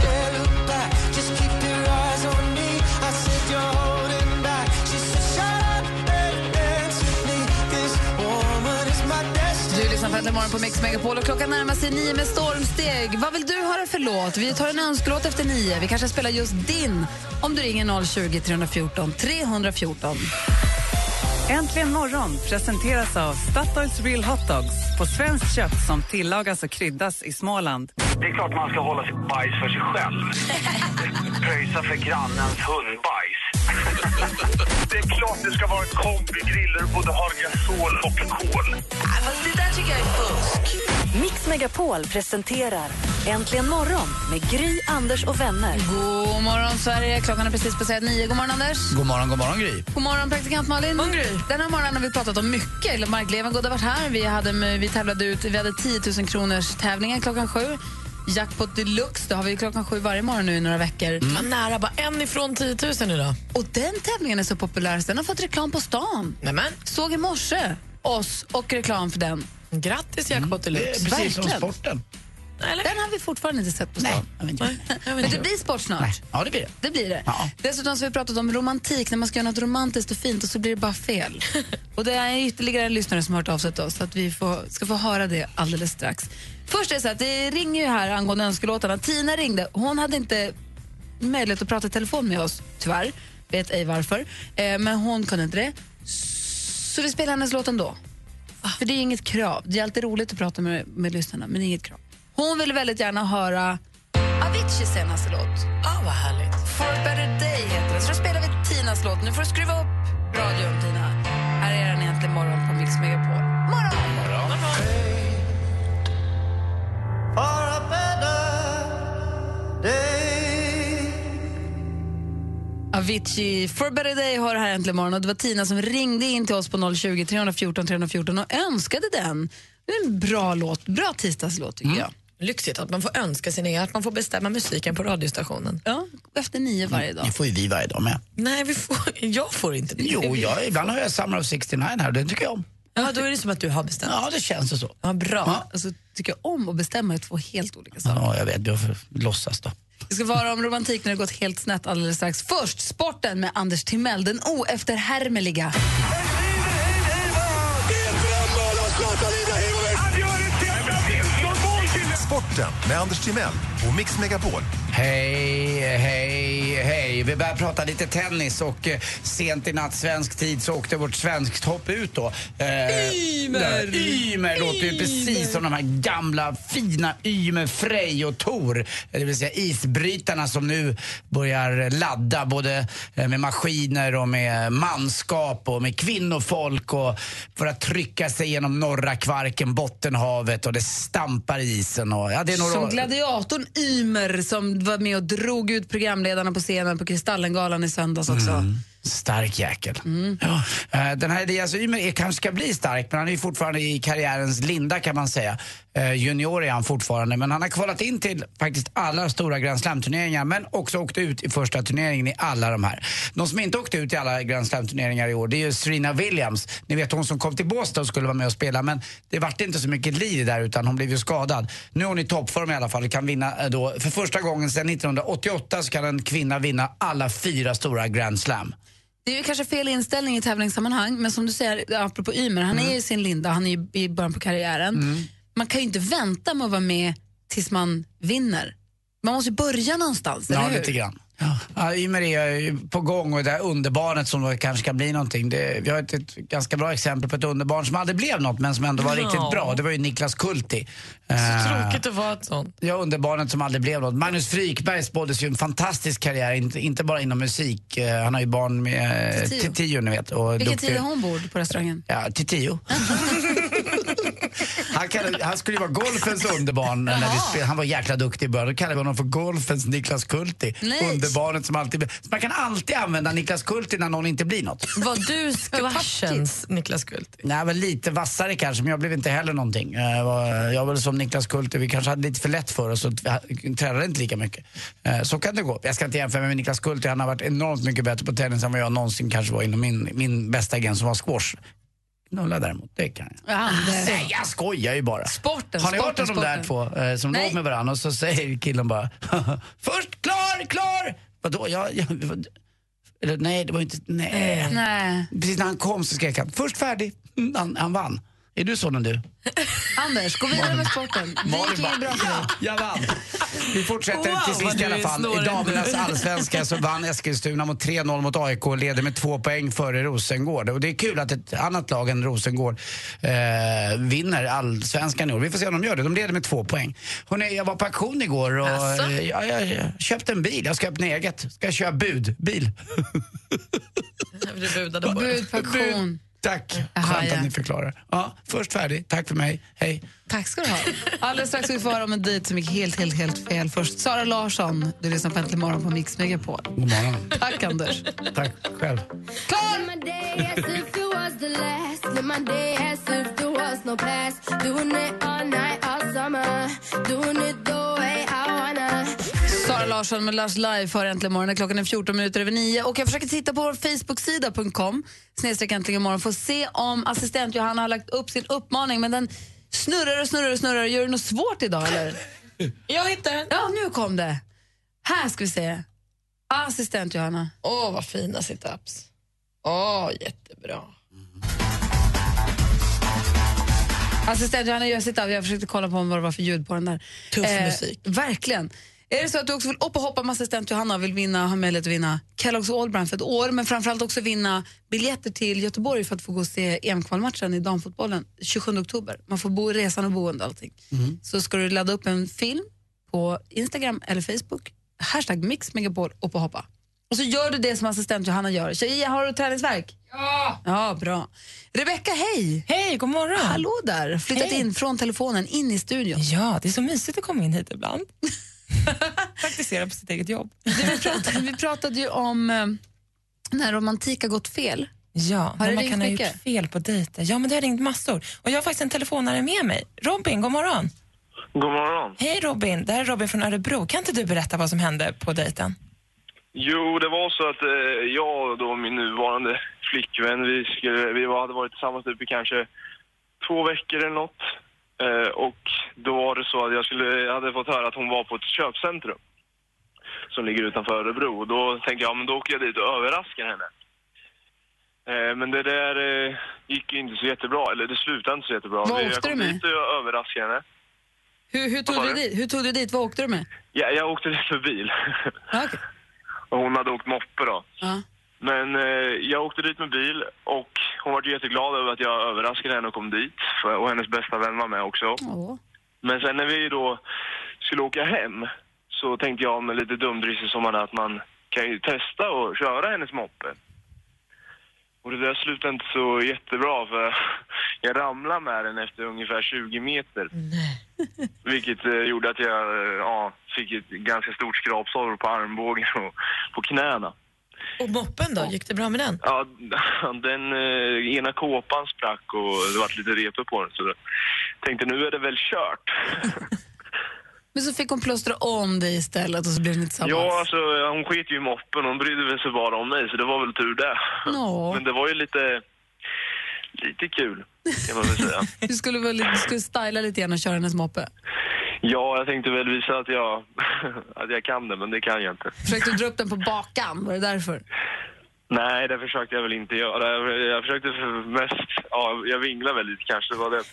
Du lyssnar på Äntligen morgon på Mix Megapol och klockan närmar sig nio med stormsteg. Vad vill du höra för låt? Vi tar en önskelåt efter nio. Vi kanske spelar just din om du ringer noll tjugo, tre fjorton, tre fjorton. Äntligen morgon presenteras av Statoils Real Hot Dogs på svenskt kött som tillagas och kryddas i Småland. Det är klart man ska hålla sitt bajs för sig själv. Pröjsa för grannens hundbajs. Det är klart det ska vara en kombigrill där du både har gasol och kol. Det där tycker jag är fusk. Mix Megapol presenterar Äntligen morgon med Gry, Anders och vänner. God morgon Sverige, klockan är precis passerat nio. God morgon Anders. God morgon, god morgon Gry. God morgon praktikant Malin. God Gry. Den här morgonen har vi pratat om mycket. Mark Levengood har varit här. Vi, hade, vi tävlade ut, vi hade tio tusen kronors tävlingen klockan sju. Jackpot Deluxe, det har vi klockan sju varje morgon nu i några veckor. Mm. Nära, bara en ifrån tio tusen idag. Och den tävlingen är så populär så den har fått reklam på stan. Nämen. Såg i morse oss och reklam för den. Grattis Jackpot Deluxe. Mm. Precis som sporten. Eller? Den har vi fortfarande inte sett på stan. Nej, Nej. Men det blir sport snart. Nej. Ja, det blir det. Det blir det. Ja. Dessutom så har vi pratat om romantik, när man ska göra något romantiskt och fint och så blir det bara fel. Och det är ytterligare en lyssnare som har hört av sig till oss så att vi får, ska få höra det alldeles strax. Först är det så att det ringer ju här angående önskelåtarna. Tina ringde. Hon hade inte möjlighet att prata i telefon med oss, tyvärr. Vet ej varför. Eh, men hon kunde inte det. Så vi spelar hennes låt ändå. Ah. För det är inget krav. Det är alltid roligt att prata med, med lyssnarna, men det är inget krav. Hon vill väldigt gärna höra Aviciis senaste låt. Ah, vad härligt. For a better day heter det. Så då spelar vi Tinas låt. Nu får du skruva upp radion, Tina. Här är den egentligen morgon på Mix Megapol. Morgon! Morgon! Hey, for a better day. Avicii, For a better day har här äntligen morgon. Och det var Tina som ringde in till oss på noll tjugo, tre fjorton, tre fjorton och önskade den. Det är en bra låt, bra tisdagslåt tycker mm. jag. Lyxigt att man får önska sin egen, att man får bestämma musiken på radiostationen. Ja, efter nio varje dag. Det får ju vi varje dag med. Nej, vi får, jag får inte det. Jo, jag, ibland har jag Summer of sextionio här, det tycker jag om. Ja, då är det som att du har bestämt. Ja, det känns det så. Ja, bra. Ja. Alltså, tycker jag om att bestämma är två helt olika saker. Ja, jag vet, jag får låtsas då. Vi ska vara om romantik när det gått helt snett alldeles strax. Först sporten med Anders Timell, den oefterhärmeliga. Sport Sporten med Anders Timell och Mix Megapol. Hej, hej, hej. Vi börjar prata lite tennis och eh, sent i natt svensk tid så åkte vårt svenskt hopp ut då. Eh, Ymer! Ymer låter ju precis som de här gamla fina Ymer, Frej och Tor. Det vill säga isbrytarna som nu börjar ladda både eh, med maskiner och med manskap och med kvinnofolk och för att trycka sig genom norra Kvarken, Bottenhavet och det stampar isen. Och, ja, det är några... Som gladiatorn Ymer som var med och drog ut programledarna på scenen på Kristallengalan i söndags också. Mm. Stark jäkel. Mm. Ja. Den här Elias Ymer är, kanske ska bli stark, men han är ju fortfarande i karriärens linda kan man säga. Junior är han fortfarande, men han har kvalat in till faktiskt alla stora Grand Slam-turneringar, men också åkt ut i första turneringen i alla de här. De som inte åkte ut i alla Grand Slam-turneringar i år, det är ju Serena Williams. Ni vet hon som kom till Båstad och skulle vara med och spela, men det vart inte så mycket liv där utan hon blev ju skadad. Nu är hon i toppform i alla fall och kan vinna då. För första gången sedan nittonhundraåttioåtta så kan en kvinna vinna alla fyra stora Grand Slam. Det är ju kanske fel inställning i tävlingssammanhang, men som du säger, apropå Ymer, han mm. är i sin linda, han är ju i början på karriären. Mm. Man kan ju inte vänta med att vara med tills man vinner. Man måste ju börja någonstans, eller ja, hur? Lite grann. Ja, ja, Ymer är på gång och det här underbarnet som då kanske kan bli någonting. Det, vi har ett, ett ganska bra exempel på ett underbarn som aldrig blev något men som ändå var ja. riktigt bra. Det var ju Niklas Kulti. Så uh, tråkigt att vara ett sånt. Ja, underbarnet som aldrig blev något. Magnus Frykberg spåddes ju en fantastisk karriär, inte, inte bara inom musik. Uh, han har ju barn med uh, till tio, ni vet. Och vilken duktig... tid är hon bord på restaurangen? Ja, till tio. Han, kallade, han skulle ju vara golfens underbarn när vi spelade. Han var jäkla duktig i början. Då kallade vi honom för golfens Niklas Kulti. Nej. Underbarnet som alltid... Så man kan alltid använda Niklas Kulti när någon inte blir något. Var du squashens Niklas Kulti? Nej, väl lite vassare kanske, men jag blev inte heller någonting. Jag var, jag var som Niklas Kulti, vi kanske hade lite för lätt för oss och vi tränade inte lika mycket. Så kan det gå. Jag ska inte jämföra med Niklas Kulti, han har varit enormt mycket bättre på tennis än vad jag någonsin kanske var inom min, min bästa gren som var squash. Nolla däremot, det kan jag. Ja, det... Nej, jag skojar ju bara. Sporten, har ni sporten, hört om de där två eh, som låg med varandra och så säger killen bara först klar, klar! Vadå? Jag, jag, vad, eller, nej, det var inte... Nej. nej. Precis när han kom så skrek han först färdig. Han, han vann. Är du sådan du? Anders, gå vidare med sporten. Det gick ju bra för dig. Jag vann. Vi fortsätter wow, till sist i alla fall. I damernas allsvenska så vann Eskilstuna mot tre noll mot A I K och leder med två poäng före Rosengård. Och det är kul att ett annat lag än Rosengård eh, vinner allsvenskan i år. Vi får se om de gör det. De leder med två poäng. Hörrni, jag var på auktion igår och eh, ja, jag, jag köpte en bil. Jag ska öppna eget. Ska jag köra bud? Bil. Du budade på bud på auktion. Tack, skönt att ni förklarar. Ja, först färdig. Tack för mig. Hej. Tack ska du ha. Alldeles strax ska vi få höra om en dejt som gick helt, helt, helt fel. Först Sara Larsson, du lyssnar på Äntligen morgon på Mix Megapol. God morgon. Tack Anders. Tack själv. Klar! Sara Larsson med Lars Live för Äntligen morgon. Klockan är fjorton minuter över nio. Och jag försöker titta på vår Facebook-sida punkt com snedstreck Äntligen morgon för att se om assistent Johanna har lagt upp sin uppmaning. Men den snurrar och snurrar och snurrar. Gör det något svårt idag eller? Jag hittar den. Ja, nu kom det. Här ska vi se. Assistent Johanna. Åh, oh, vad fina sit-ups. Åh, oh, jättebra. Assistent Johanna gör sit-up. Jag försökte kolla på vad det var för ljud på den där. Tuff eh, musik. Verkligen. Är det så att du också vill upp och hoppa med assistent Johanna och vill vinna, ha möjlighet att vinna Kellogg's All Brand för ett år, men framförallt också vinna biljetter till Göteborg för att få gå och se E M-kvalmatchen i damfotbollen tjugosjunde oktober. Man får bo resan och boende och allting. Mm. Så ska du ladda upp en film på Instagram eller Facebook, hashtag Mix Megapol upp och hoppa. Och så gör du det som assistent Johanna gör. Tjejer, har du träningsverk? Ja! Ja, bra. Rebecka, hej! Hej, god morgon! Hallå där, flyttat hej. in från telefonen in i studion. Ja, det är så mysigt att komma in hit ibland. Praktisera på sitt eget jobb. Du, vi, pratade, vi pratade ju om eh, när romantik har gått fel. Ja, har när man kan mycket? ha gjort fel på dejter. Ja, men det har ringt massor. Och jag har faktiskt en telefonare med mig. Robin, god morgon. God morgon. Hej Robin, det här är Robin från Örebro. Kan inte du berätta vad som hände på dejten? Jo, det var så att eh, jag och då min nuvarande flickvän, vi, skulle, vi hade varit tillsammans typ i kanske två veckor eller något. Eh, och då var det så att jag, skulle, jag hade fått höra att hon var på ett köpcentrum som ligger utanför Örebro. Och då tänkte jag, men då åker jag dit och överraskar henne. Eh, men det där eh, gick inte så jättebra, eller det slutade inte så jättebra. Vad jag åkte kom du med? dit och överraskade henne. Hur, hur, tog du dit? hur tog du dit? Vad åkte du med? Ja, jag åkte dit för bil. Ah, okay. Och hon hade åkt moppe då. Ah. Men eh, jag åkte dit med bil och hon var jätteglad över att jag överraskade henne och kom dit. För, och hennes bästa vän var med också. Oh. Men sen när vi då skulle åka hem så tänkte jag med lite dumdristig som man är att man kan ju testa och köra hennes moppe. Och det där slutade inte så jättebra för jag ramlade med den efter ungefär tjugo meter. Nej. Vilket eh, gjorde att jag eh, ja, fick ett ganska stort skrapsår på armbågen och på knäna. Och moppen då? Gick det bra med den? Ja, den eh, ena kåpan sprack och det var lite repor på den. Så jag tänkte nu är det väl kört. Men så fick hon plåstra om dig istället och så blev det inte samma. Ja, alltså hon sket ju i moppen. Hon brydde sig bara om mig så det var väl tur det. No. Men det var ju lite, lite kul kan man väl säga. Du skulle väl du skulle styla lite grann och köra hennes moppe? Ja, jag tänkte väl visa att jag, att jag kan det, men det kan jag inte. Försökte du dra upp den på bakan? Var det därför? Nej, det försökte jag väl inte göra. Jag, jag försökte mest... Ja, jag vinglade väl lite kanske, det var det.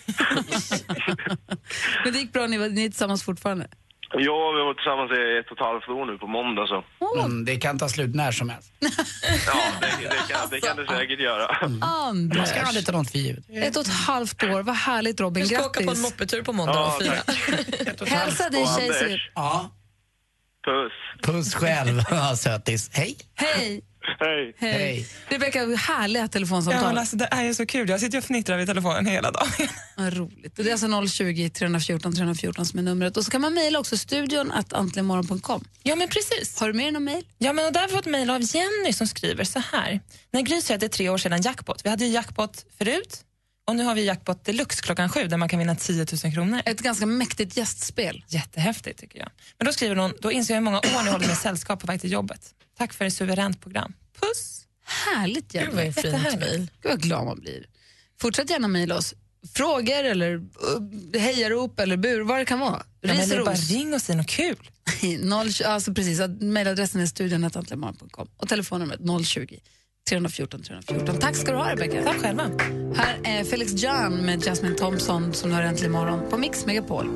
Men det gick bra, ni, var, ni är tillsammans fortfarande? Ja, vi var tillsammans i ett och ett halvt år nu på måndag så. Oh. Mm, det kan ta slut när som helst. Ja, det, det, kan, det kan det säkert göra. Mm. Anders. Man ska aldrig ta något för givet. Ett och ett halvt år, vad härligt Robin, grattis. Du ska åka på en moppetur på måndag ja, och fira. Hälsa din tjej så... Ja. Puss. Puss själv, ja, sötis. Hej. Hej. Hej. Hej. Hej. Rebecka, härliga telefonsamtal. Ja, men alltså, det är ju så kul. Jag sitter och fnittrar vid telefonen hela dagen. Vad roligt. Det är alltså noll tjugo, tre fjorton, tre fjorton som är numret. Och så kan man mejla också studion at antligenmorgon punkt com. Ja, men precis. Har du mer någon mejl? Ja, men och där har vi fått mejl av Jenny som skriver så här. När Gry säger att det är tre år sedan jackpot. Vi hade ju jackpot förut. Och nu har vi jackpot deluxe klockan sju där man kan vinna tio tusen kronor. Ett ganska mäktigt gästspel. Jättehäftigt tycker jag. Men då skriver hon, då inser jag hur många år ni håller med sällskap på väg till jobbet. Tack för ett suveränt program. Puss! Härligt, Jenny. Gud vad fint mejl. Gud vad glad man blir. Fortsätt gärna mejla oss. Frågor eller uh, hejarop eller bur, vad det kan vara. Ja, men bara ring och säg något kul. noll, alltså precis, mejladressen är studion at antligenmorgon punkt com och telefonnumret noll tjugo, tre fjorton, tre fjorton. Tack ska du ha, Rebecca. Tack själva. Här är Felix John med Jasmine Thompson som hör Äntligen morgon på Mix Megapol.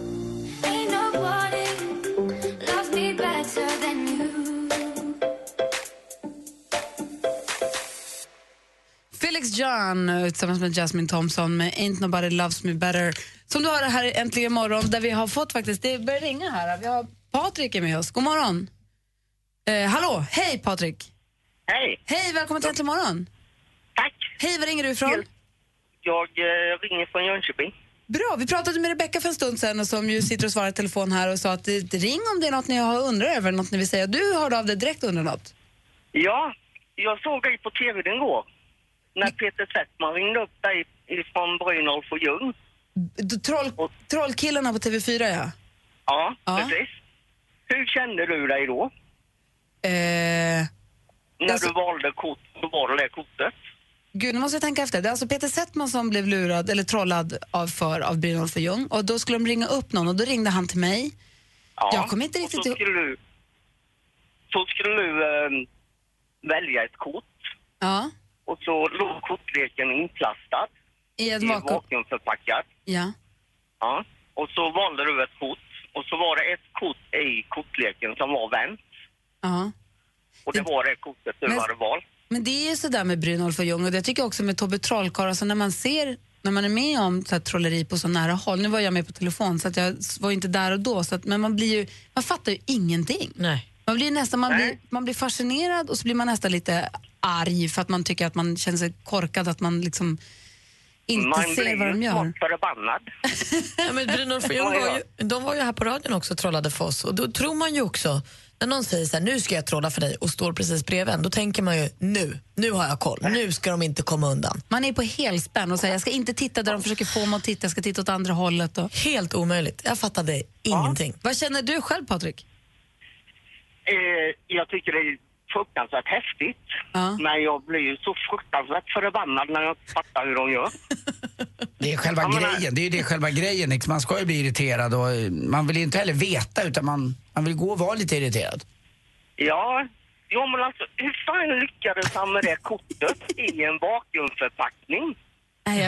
Felix John tillsammans med Jasmine Thompson med Ain't Nobody Loves Me Better. Som du har här i Äntligen morgon där vi har fått faktiskt, det börjar ringa här. Vi har Patrik är med oss. God morgon. Eh, hallå, hej Patrik. Hej. Hej, välkommen till Äntligen morgon. Tack. Hej, var ringer du ifrån? Jag eh, ringer från Jönköping. Bra, vi pratade med Rebecca för en stund sedan och som ju sitter och svarar i telefon här och sa att det, ring om det är något ni har undrar över, något ni vill säga. Du hörde av dig direkt under något. Ja, jag såg dig på tv den går. När Peter Settman ringde upp dig från Brynolf och Ljung. Troll, trollkillarna på T V fyra, ja. Ja, ja, precis. Hur kände du dig då? Eh, När alltså, du valde kort, då var det det kortet. Gud, nu måste jag tänka efter. Det är alltså Peter Settman som blev lurad eller trollad av, för, av Brynolf och Ljung. Och då skulle de ringa upp någon och då ringde han till mig. Ja, jag kommer inte riktigt och så skulle du, så skulle du äh, välja ett kort. Ja. Och så låg kortleken inplastad. I ett vakuum. vakuumförpackad. Ja. Ja. Och så valde du ett kort. Och så var det ett kort i kortleken som var vänt. Ja. Och det, det var det kortet du men, hade valt. Men det är ju sådär med Brynolf och Ljung. Och det tycker jag också med Tobbe Trollkarl. Alltså när man ser, när man är med om så här, trolleri på så nära håll. Nu var jag med på telefon så att jag var inte där och då. Så att, men man blir ju, man fattar ju ingenting. Nej. Man blir nästan, man blir, man blir fascinerad och så blir man nästan lite arg för att man tycker att man känner sig korkad, att man liksom inte man ser vad de gör. Man blir ju förbannad. Ja, men Brynolf och Ljung var ju, de var ju här på radion också och trollade för oss. Och då tror man ju också, när någon säger så här, nu ska jag trolla för dig och står precis bredvid en, då tänker man ju, nu, nu har jag koll, nu ska de inte komma undan. Man är på helspänn och säger, jag ska inte titta där de försöker få mig att titta, jag ska titta åt andra hållet. Och... Helt omöjligt, jag fattade ingenting. Vad känner du själv, Patrik? Eh, jag tycker det är fruktansvärt häftigt. Ja. Men jag blir ju så fruktansvärt förbannad när jag fattar hur de gör. Det är själva jag grejen, menar... det är ju det själva grejen. Liksom. Man ska ju bli irriterad och man vill inte heller veta utan man, man vill gå och vara lite irriterad. Ja, ja men alltså hur fan lyckades han med det kortet i en vakuumförpackning? Nej, jag,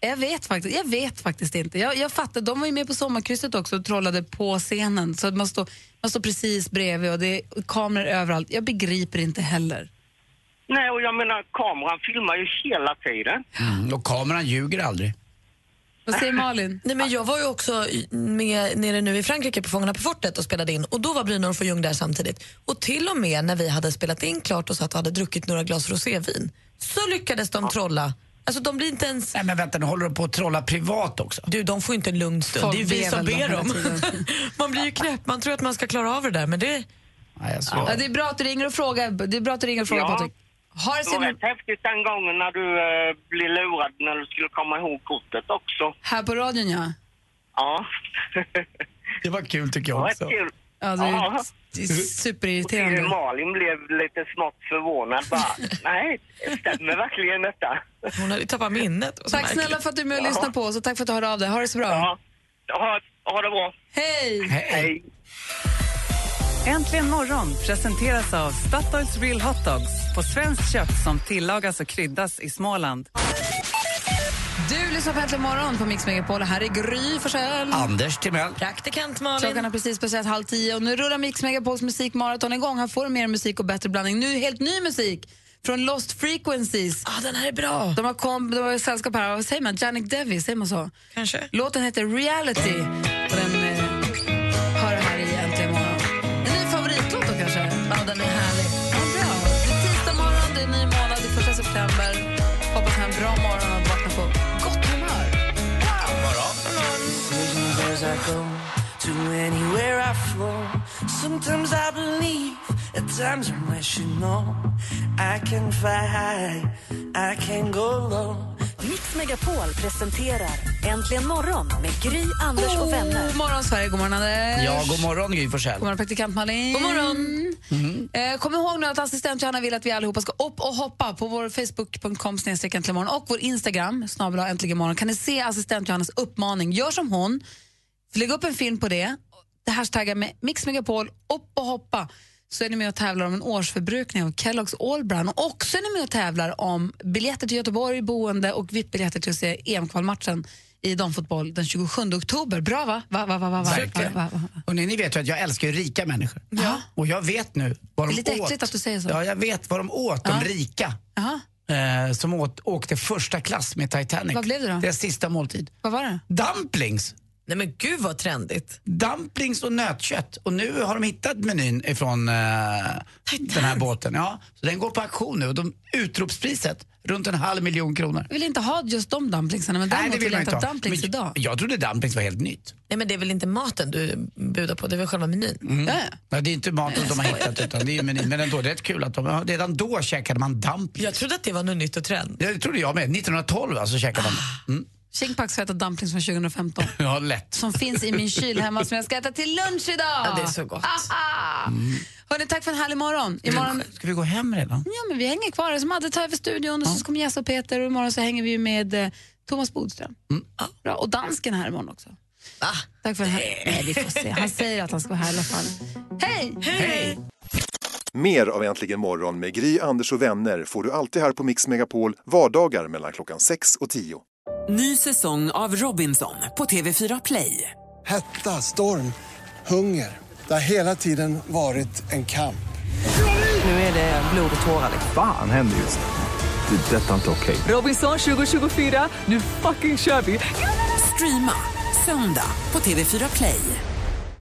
Jag vet faktiskt, jag vet faktiskt inte. Jag, jag fattar, de var ju med på sommarkrysset också och trollade på scenen. Så man står, man står precis bredvid och det är kameror överallt. Jag begriper inte heller. Nej, och jag menar, kameran filmar ju hela tiden. Mm, och kameran ljuger aldrig. Vad säger Malin? Nej, men jag var ju också med nere nu i Frankrike på Fångarna på fortet och spelade in. Och då var Brynolf och Ljung där samtidigt. Och till och med när vi hade spelat in klart och satt och hade druckit några glas rosévin, så lyckades de trolla. Alltså de blir inte ens... Nej men vänta, nu håller de på att trolla privat också. Du, de får inte en lugn stund. Folk det är ju vi som ber dem. Man blir ju knäpp, man tror att man ska klara av det där, men det... Nej, jag ja, det är bra att du ringer och frågar. Det är bra att du ringer och frågar, ja. Patrik. Har det var rätt häftigt den gången när du uh, blev lurad när du skulle komma ihåg kortet också. Här på radion, ja. Ja. Det var kul tycker jag också. Det var kul. Ja, det är, ja. det är superirriterande. Och Malin blev lite smått förvånad. Bara, nej, det stämmer verkligen detta. Hon hade tappat minnet. Tack snälla för att du är med och ja. lyssnar på oss och tack för att du hörde av dig. Ha det så bra. Ja, ha, ha det bra. Hej! Hej! Hej. Äntligen morgon presenteras av Statoils Real Hot Dogs på svenskt kött som tillagas och kryddas i Småland. Du lyssnar på Äntligen morgon på Mix Megapol. Här är Gry Forssell. Anders Timell. Praktikant Malin. Klockan är precis passerat halv tio och nu rullar Mix Megapols musikmaraton igång. Här får du mer musik och bättre blandning. Nu helt ny musik från Lost Frequencies. Ah, den här är bra. De har kom, de har sällskap här. Vad säger man? Janik Devi, säger man så? Kanske. Låten heter Reality. Och den eh, hör det här i Äntligen morgon. En ny favoritlåt då kanske? Ja, den är härlig. Ja, bra. Det är tisdag morgon, det är ny månad, det är första september. Hoppas ha en bra morgon och vakna på gott humör. To anywhere I flow. Sometimes I believe, at times I'm rational. I can fly high, I can go low. Mix Megapol presenterar Äntligen morgon med Gry, Anders och vänner. God morgon Sverige, god morgon Anders. Ja, god morgon Gry Forssell. God morgon praktikant Malin. God morgon. Mm. Eh, kom ihåg nu att assistent Johanna vill att vi allihopa ska upp och hoppa på vår facebook punkt com snedstreck äntligen morgon och vår Instagram snabel-a äntligen morgon. Kan ni se assistent Johannas uppmaning? Gör som hon. Lägg upp en film på det. Det hashtaggar med Mix Megapol upp och hoppa. Så är ni med och tävlar om en årsförbrukning av Kellogg's All Brand. Och också är ni med och tävlar om biljetter till Göteborg, boende och V I P-biljetter till att se E M-kvalmatchen i damfotboll den tjugosjunde oktober. Bra va? Va, va, va, va, va, va, va, va. Och ni, ni vet ju att jag älskar ju rika människor. Ja. Och jag vet nu vad de Det är lite åt. äckligt att du säger så. Ja, jag vet vad de åt, Ja. de rika. Aha. Eh, som åt, åkte första klass med Titanic. Vad blev det då? Deras sista måltid. Vad var det? Dumplings. Nej men gud vad trendigt. Dumplings och nötkött. Och nu har de hittat menyn ifrån eh, den här båten. Ja, så den går på auktion nu och de utropspriset runt en halv miljon kronor. Jag vill inte ha just de dumplingsarna, men Nej, däremot det vill vill man jag inte äta ha. dumplings Men idag. jag trodde dumplings var helt nytt. Nej men det är väl inte maten du budar på, det är väl själva menyn. Mm. Ja. Nej, det är inte maten de har hittat utan det är menyn. Men ändå, det är rätt kul att de, redan då käkade man dumplings. Jag trodde att det var något nytt och trend. Ja, det trodde jag med. nittonhundratolv alltså käkade man. Mm. Chinkpacks har ätit dumplings från tjugohundrafemton. Ja, lätt. Som finns i min kyl hemma som jag ska äta till lunch idag. Ja, det är så gott. Mm. Hörrni, tack för en härlig morgon. Imorgon... Ska vi gå hem redan? Ja, men vi hänger kvar. Som Madde tar över studion och så kommer Jess och Peter och imorgon så hänger vi med eh, Thomas Bodström. Mm. Bra. Och dansken här imorgon också. Va? Tack för den här. Nej, vi får se. Han säger att han ska vara här i alla fall. Hej! Hej! Mer av Äntligen morgon med Gry, Anders och vänner får du alltid här på Mix Megapol vardagar mellan klockan sex och tio. Ny säsong av Robinson på T V fyra Play. Hetta, storm, hunger. Det har hela tiden varit en kamp. Nu är det blod och tårar. Fan händer just det. Det är detta inte okej. Robinson tjugo tjugofyra, nu fucking kör vi. Streama söndag på T V fyra Play.